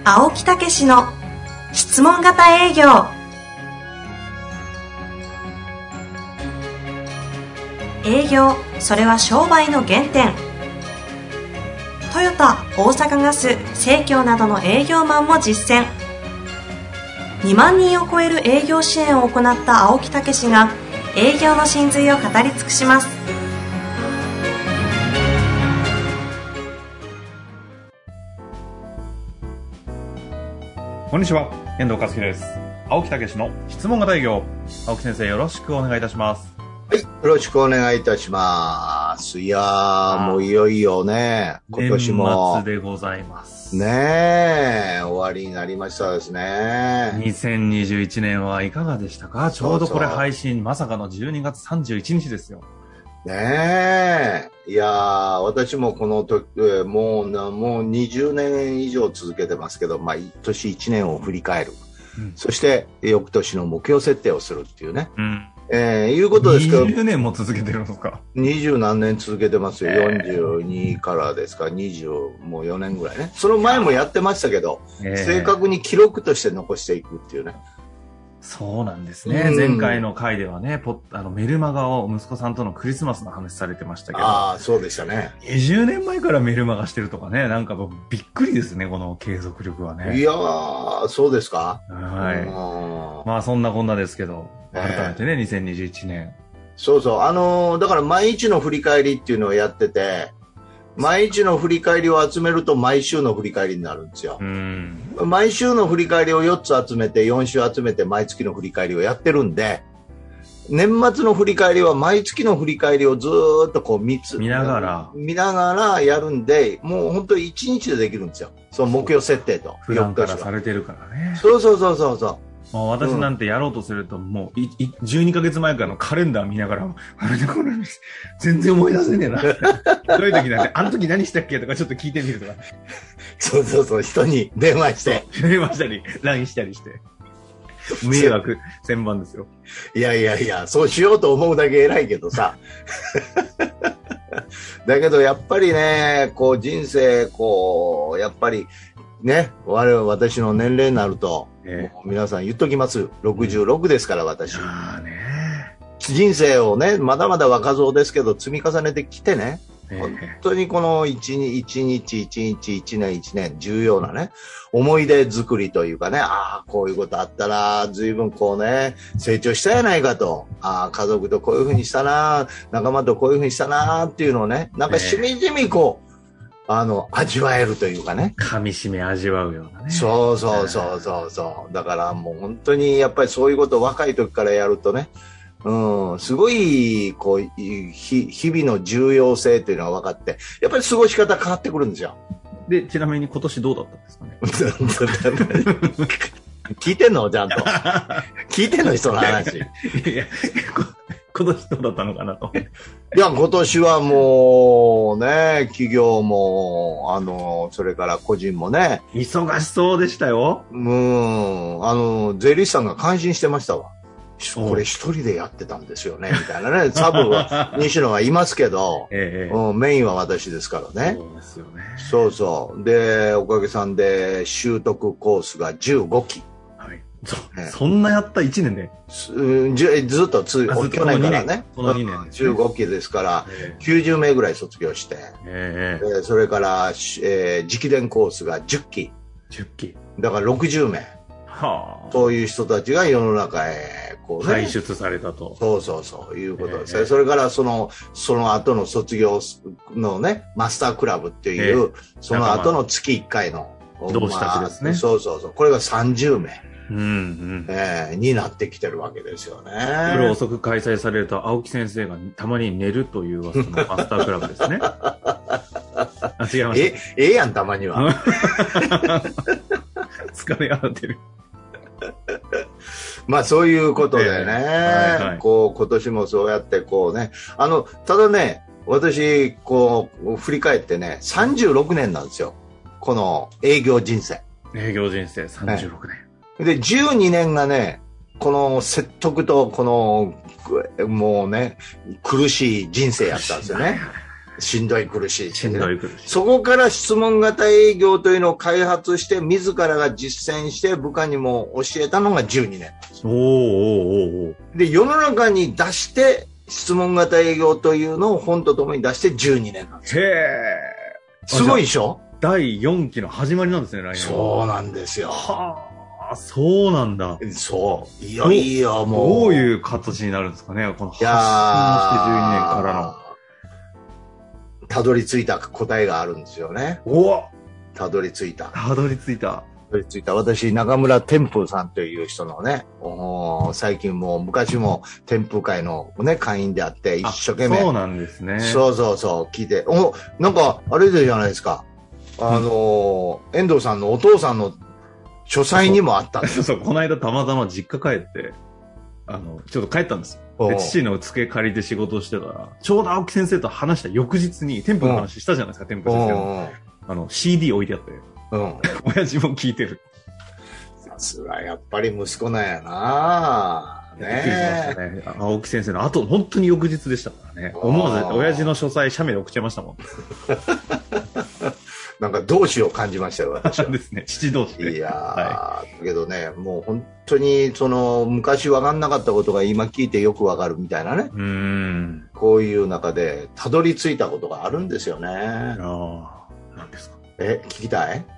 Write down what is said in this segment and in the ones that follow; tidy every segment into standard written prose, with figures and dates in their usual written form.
青木武の質問型営業。営業、それは商売の原点。トヨタ、大阪ガス、生協などの営業マンも実践。2万人を超える営業支援を行った青木武が営業の真髄を語り尽くします。 こんにちは、遠藤和樹です。青木武の質問型営業。青木先生、よろしくお願いいたします。 はい、よろしくお願いいたします。いやー、もういよいよね、今年も。 年末でございます。 ねえ、終わりになりましたですね。 2021年はいかがでしたか？ちょうどこれ配信、まさかの12月31日ですよ。 ねえ、いやー、私もこの時、もう20年以上続けてますけど、毎年1年を振り返る。そして翌年の目標設定をするっていうね。いうことですけど。 20年も続けてるんですか ？20何年続けてますよ。42からですか、20もう4年ぐらいね。その前もやってましたけど、正確に記録として残していくっていうね。 そうなんですね。前回の回ではね、メルマガを息子さんとのクリスマスの話されてましたけど。 ああ、そうでしたね。 20年前からメルマガしてるとかね、なんかびっくりですね、この継続力はね。 いやー、そうですか？ はい。まあそんなこんなですけど、改めてね、2021年。 そうそう。だから毎日の振り返りっていうのをやってて、毎日の振り返りを集めると毎週の振り返りになるんですよ。毎週の振り返りを4つ集めて、4週集めて毎月の振り返りをやってるんで、年末の振り返りは毎月の振り返りをずーっとこう見ながらやるんで、もう本当に1日でできるんですよ。その目標設定と。 普段からされてるからね。 そう。 私なんてやろうとすると、もう12ヶ月前からのカレンダー見ながら、全然思い出せねえな。そういう時なんて、あの時何したっけとかちょっと聞いてみるとか。 そう、人に電話したり、LINE したりして。迷惑千万ですよ。 いや、そうしようと思うだけ偉いけどさ。だけどやっぱりね、こう人生、やっぱり、ね、私の年齢になると、もう皆さん言っときます。66ですから、私。人生をね、まだまだ若造ですけど、積み重ねてきてね、本当にこの一日一年、重要なね、思い出作りというかね、こういうことあったら、随分成長したやないかと、家族とこういうふうにしたな、仲間とこういうふうにしたな、っていうのをね、なんかしみじみ味わえるというかね。 噛み締め味わうようなね。 そう。だからもう本当にやっぱりそういうことを若い時からやるとね、すごい、日々の重要性というのが分かって、やっぱり過ごし方変わってくるんですよ。 で、ちなみに今年どうだったんですかね聞いてんのちゃんと。聞いてんの人の話。 今年どうだったのかなと。 いや、今年はもうね、企業も、それから個人もね。 忙しそうでしたよ。 税理士さんが感心してましたわ。これ一人でやってたんですよね、みたいなね。サブは、西野はいますけど、メインは私ですからね。 そうですよね。 そう。で、おかげさんで習得コースが15期。 そんなやった1年でずっと去年からね、 この2年 15期ですから、90名ぐらい卒業して、それから、直伝コースが10期。だから60名。そういう人たちが世の中へ、 輩出されたと。 そういうことですね。それからその後の卒業のね、マスタークラブっていう、その後の月1回の。 同志たちですね。 そう。これが30名。になってきてるわけですよね。 夜遅く開催されると青木先生がたまに寝るという噂のマスタークラブですね。違いました。 やん、たまには。 疲れ果てる。 まあそういうことでね、今年もそうやってただね、私振り返ってね、36年なんですよ、この営業人生 36年。 で、12年がね、この説得ともうね、苦しい人生やったんですよね。 しんどい苦しい、 しんどい苦しい。 そこから質問型営業というのを開発して、自らが実践して部下にも教えたのが12年。で、世の中に出して、質問型営業というのを本とともに出して12年なんですよ。すごいでしょ？ 第4期の始まりなんですね、来年。 そうなんですよ。 はあ、そうなんだ。 そう。いやいや、もう。 どういう形になるんですかね、この発信をして12年からの。 たどり着いた答えがあるんですよね。たどり着いた。私、中村天風さんという人のね、最近も昔も天風会のね、会員であって、一生懸命。 そうなんですね。 そう、聞いて。なんか、あれじゃないですか。遠藤さんのお父さんの書斎にもあったんですよ。 そう、この間たまたま実家帰って、ちょっと帰ったんですよ。で、父の机借りて仕事をしてたら、ちょうど青木先生と話した翌日に、天風の話したじゃないですか、天風先生の。CD 置いてあって。親父も聞いてる。 さすが、やっぱり息子なんやなぁ。 ねえ。青木先生の本当に翌日でしたからね。思わず、親父の書斎、写メで送っちゃいましたもん。 なんか同志を感じましたよ、私は。 ですね、父同士で。 いやー、だけどね、もう本当に、昔分かんなかったことが今聞いてよく分かるみたいなね。こういう中で、たどり着いたことがあるんですよね。 何ですか？ 聞きたい？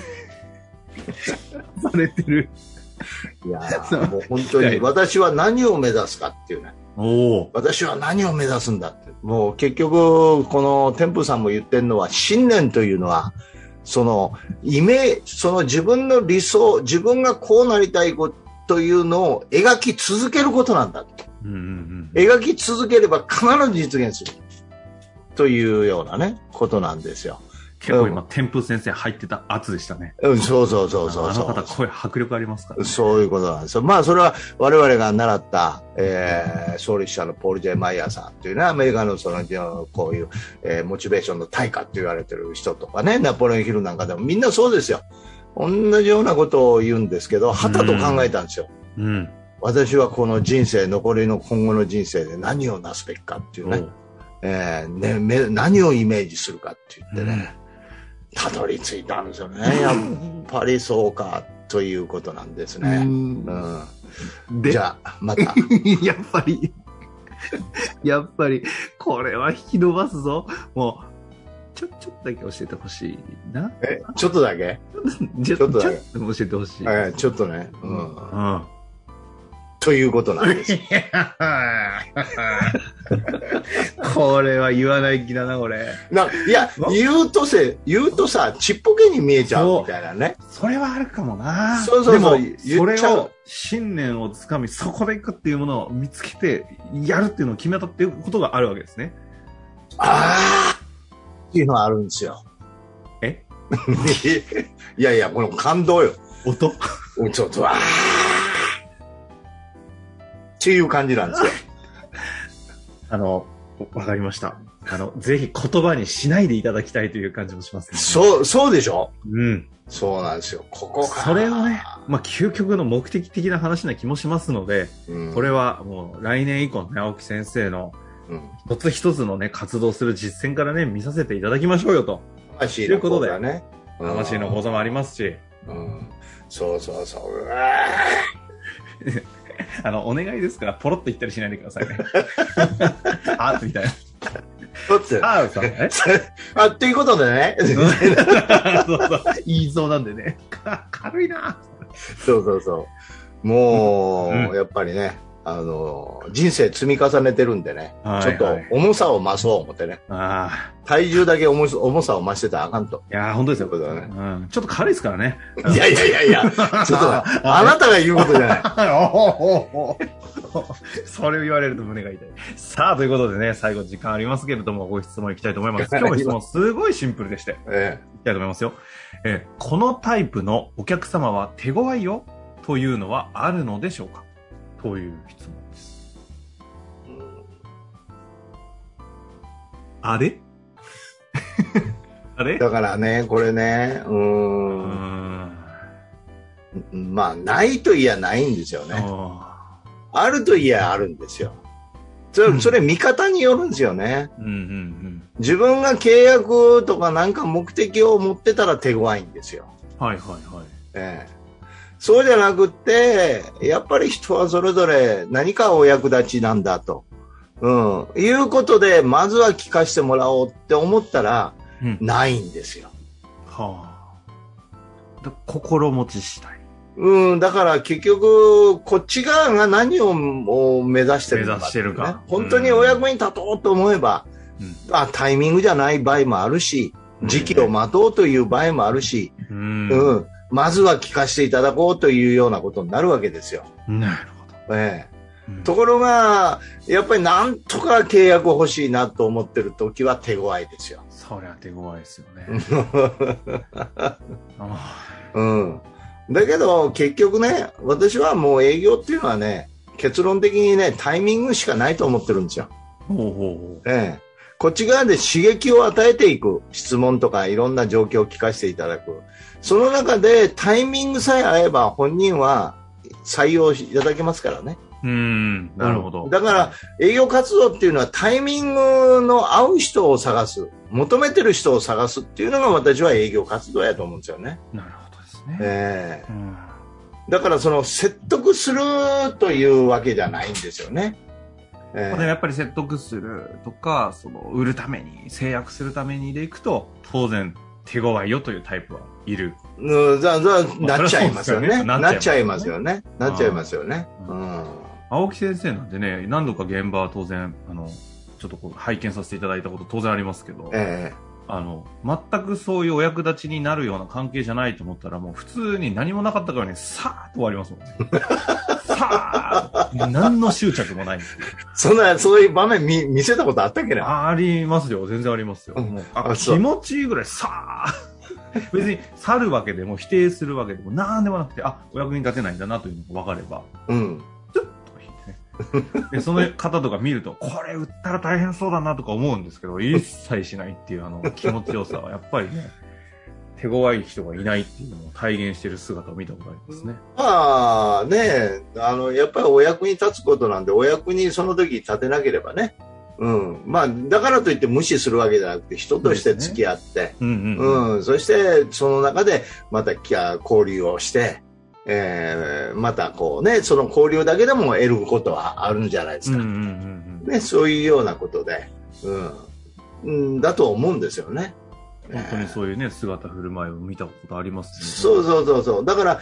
されてる。 いやもう本当に私は何を目指すかっていうね。私は何を目指すんだって。もう結局、この天風さんも言ってるのは、信念というのは、自分の理想、自分がこうなりたいというのを描き続けることなんだ。描き続ければ必ず実現する。というようなね、ことなんですよ。 結構今、天風先生入ってた圧でしたね。 そう。あの方、声迫力ありますから、ね。 そういうことなんですよ。まあ、それは我々が習った、創立者のポール・J. マイヤーさんというね、アメリカのこういう、モチベーションの大家って言われてる人とかね、ナポレオンヒルなんかでもみんなそうですよ。同じようなことを言うんですけど、はたと考えたんですよ。私はこの人生、残りの今後の人生で何をなすべきかっていうね。何をイメージするかって言ってね。たどり着いたんですよね。やっぱりそうか、ということなんですね。じゃあ、また。 やっぱり、これは引き伸ばすぞ。もう、ちょっとだけ教えてほしいな。 ちょっとだけちょっとだけ教えてほしい。 ちょっとね。ということなんです。 これは言わない気だな、これ。 いや、言うとさ、ちっぽけに見えちゃうみたいなね。 それはあるかもな。 そう。 でも、それを、信念をつかみ、そこで行くっていうものを見つけて、やるっていうのを決めたっていうことがあるわけですね。 っていうのはあるんですよ。いや、この感動よ。 音ちょっと、っていう感じなんですよ。わかりました。ぜひ言葉にしないでいただきたいという感じもしますね。 そうでしょ？そうなんですよ。ここから。 それをね、究極の目的的な話な気もしますので、これはもう来年以降のね、青木先生の一つ一つのね、活動する実践からね、見させていただきましょうよと。 ということでね。 魂の講座もありますし。 そう。 お願いですから、ポロッと言ったりしないでくださいね。みたいな。 っていうことでね。 言いそうなんでね。軽いな。 そう。もう、やっぱりね、人生積み重ねてるんでね、ちょっと重さを増そう思ってね。体重だけ重さを増してたらあかんと。 いや、本当ですよ。ちょっと軽いですからね。 いや、ちょっと、あなたが言うことじゃない。 それを言われると胸が痛い。さあ、ということでね、最後時間ありますけれども、ご質問いきたいと思います。今日の質問すごいシンプルでして。いきたいと思いますよ。このタイプのお客様は手強いよというのはあるのでしょうかという質問です。あれだからね、これね、ないといやないんですよね。あるといやあるんですよ。それ見方によるんですよね。 自分が契約とかなんか目的を持ってたら手強いんですよ。 はいはいはい。 そうじゃなくて、やっぱり人はそれぞれ何かお役立ちなんだと、いうことで、まずは聞かせてもらおうって思ったら、ないんですよ。 はあ。心持ちしたい。 だから結局、こっち側が何を目指してるのか、ね。 目指してるか。 本当にお役に立とうと思えば、タイミングじゃない場合もあるし、時期を待とうという場合もあるし、まずは聞かせていただこうというようなことになるわけですよ。 なるほど。ところが、やっぱりなんとか契約欲しいなと思ってるときは手強いですよ。 そりゃ手強いですよね。 だけど結局ね、私はもう営業っていうのはね、結論的にね、タイミングしかないと思ってるんですよ。こっち側で刺激を与えていく、質問とかいろんな状況を聞かせていただく。その中でタイミングさえ合えば本人は採用いただけますからね。 なるほど。 だから営業活動っていうのはタイミングの合う人を探す、求めてる人を探すっていうのが私は営業活動やと思うんですよね。 なるほどですね。 だからその説得するというわけじゃないんですよね。 やっぱり説得するとか、売るために、制約するためにでいくと、当然手強いよというタイプはいる。 なっちゃいますよね。なっちゃいますよね。 青木先生なんてね、何度か現場は当然、ちょっと拝見させていただいたこと当然ありますけど、全くそういうお役立ちになるような関係じゃないと思ったら、もう普通に何もなかったからにさーっと終わりますもんね。さーっ何の執着もないんですよ。 そういう場面見せたことあったっけな。 ありますよ。全然ありますよ。気持ちいいぐらいさー別に去るわけでも否定するわけでもなんでもなくて、お役に立てないんだなというのが分かれば、でその方とか見ると、これ売ったら大変そうだなとか思うんですけど、一切しないっていう気持ちよさはやっぱりね、手強い人がいないっていうのを体現している姿を見たことありますね。 やっぱりお役に立つことなんで、お役にその時立てなければね、だからといって無視するわけじゃなくて、人として付き合って、そしてその中でまた交流をして、またその交流だけでも得ることはあるんじゃないですか。そういうようなことで、だと思うんですよね。 本当にそういうね、姿振る舞いを見たことありますね。 そう。だから、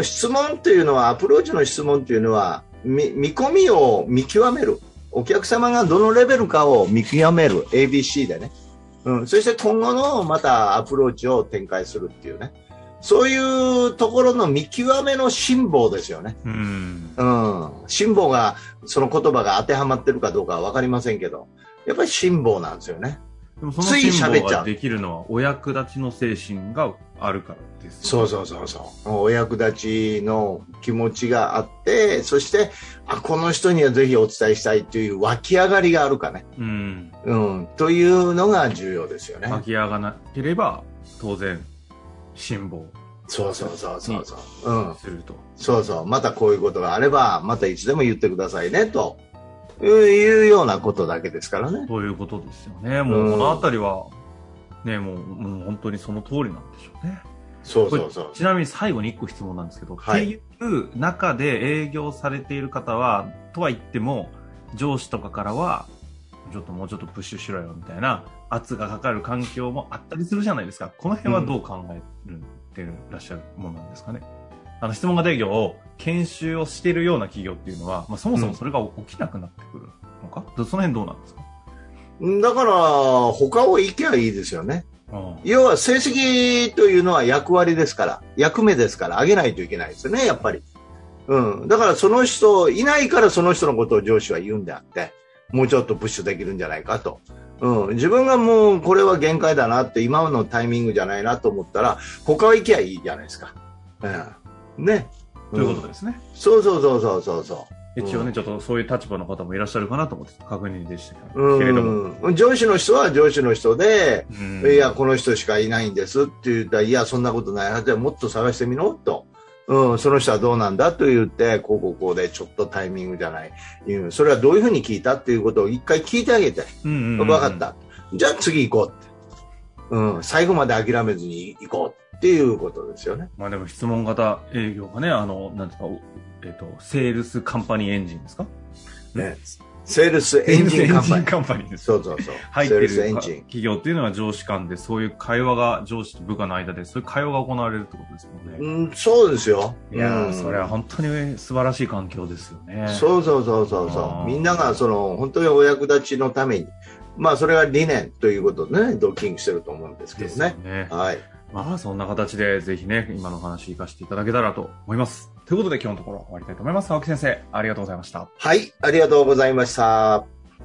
質問っていうのは、アプローチの質問っていうのは、見込みを見極める。お客様がどのレベルかを見極める。ABC でね。そして今後のまたアプローチを展開するっていうね。そういうところの見極めの辛抱ですよね。辛抱が、その言葉が当てはまってるかどうかは分かりませんけど、やっぱり辛抱なんですよね。 でもその辛抱ができるのはお役立ちの精神があるからです、ね。 そう。お役立ちの気持ちがあって、そしてこの人にはぜひお伝えしたいという湧き上がりがあるかね。というのが重要ですよね。 湧き上がらなければ当然辛抱。 そう。 すると。 そう。またこういうことがあれば、またいつでも言ってくださいねと。いうようなことだけですからね。 そういうことですよね。もうこのあたりはね、もう本当にその通りなんでしょうね。 そう。 ちなみに最後に1個質問なんですけど、っていう中で営業されている方は、とは言っても上司とかからはもうちょっとプッシュしろよみたいな圧がかかる環境もあったりするじゃないですか。この辺はどう考えてらっしゃるものなんですかね。質問型営業を研修をしているような企業っていうのは、そもそもそれが起きなくなってくるのか、その辺どうなんですか？ だから他を行けばいいですよね。要は成績というのは役割ですから、役目ですから上げないといけないですよね、やっぱり。だからその人いないからその人のことを上司は言うんであって、もうちょっとプッシュできるんじゃないかと。自分がもうこれは限界だなって、今のタイミングじゃないなと思ったら他は行けばいいじゃないですか。ね。 ということですね。 そう。 一応ね、ちょっとそういう立場の方もいらっしゃるかなと思って確認でしたけれども。 上司の人は上司の人で、いや、この人しかいないんですって言ったら、いや、そんなことないはずでもっと探してみろと。その人はどうなんだと言って、こうでちょっとタイミングじゃない。それはどういうふうに聞いたっていうことを一回聞いてあげて。分かった。 じゃあ次行こうって。最後まで諦めずに行こうっていうことですよね。 まあでも質問型営業がね、なんですか、セールスカンパニーエンジンですかね。セールスエンジンカンパニーです。 そうそうそう。 入ってる企業っていうのは上司間で、そういう会話が、上司と部下の間で、そういう会話が行われるってことですもんね。 そうですよ。 いやそれは本当に素晴らしい環境ですよね。 そう。みんなが本当にお役立ちのために、まあそれは理念ということでね、ドッキングしてると思うんですけどね。はい。 まあそんな形でぜひね、今の話活かしていただけたらと思います。ということで今日のところ終わりたいと思います。青木先生、ありがとうございました。 はい、ありがとうございました。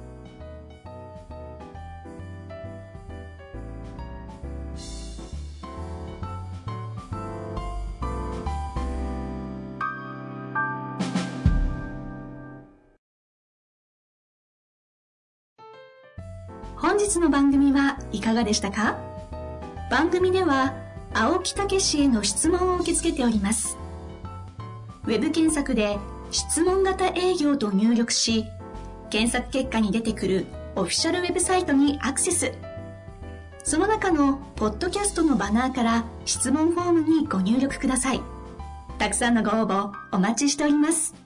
本日の番組はいかがでしたか？番組では青木武への質問を受け付けております。ウェブ検索で質問型営業と入力し、検索結果に出てくるオフィシャルウェブサイトにアクセス。その中のポッドキャストのバナーから質問フォームにご入力ください。たくさんのご応募お待ちしております。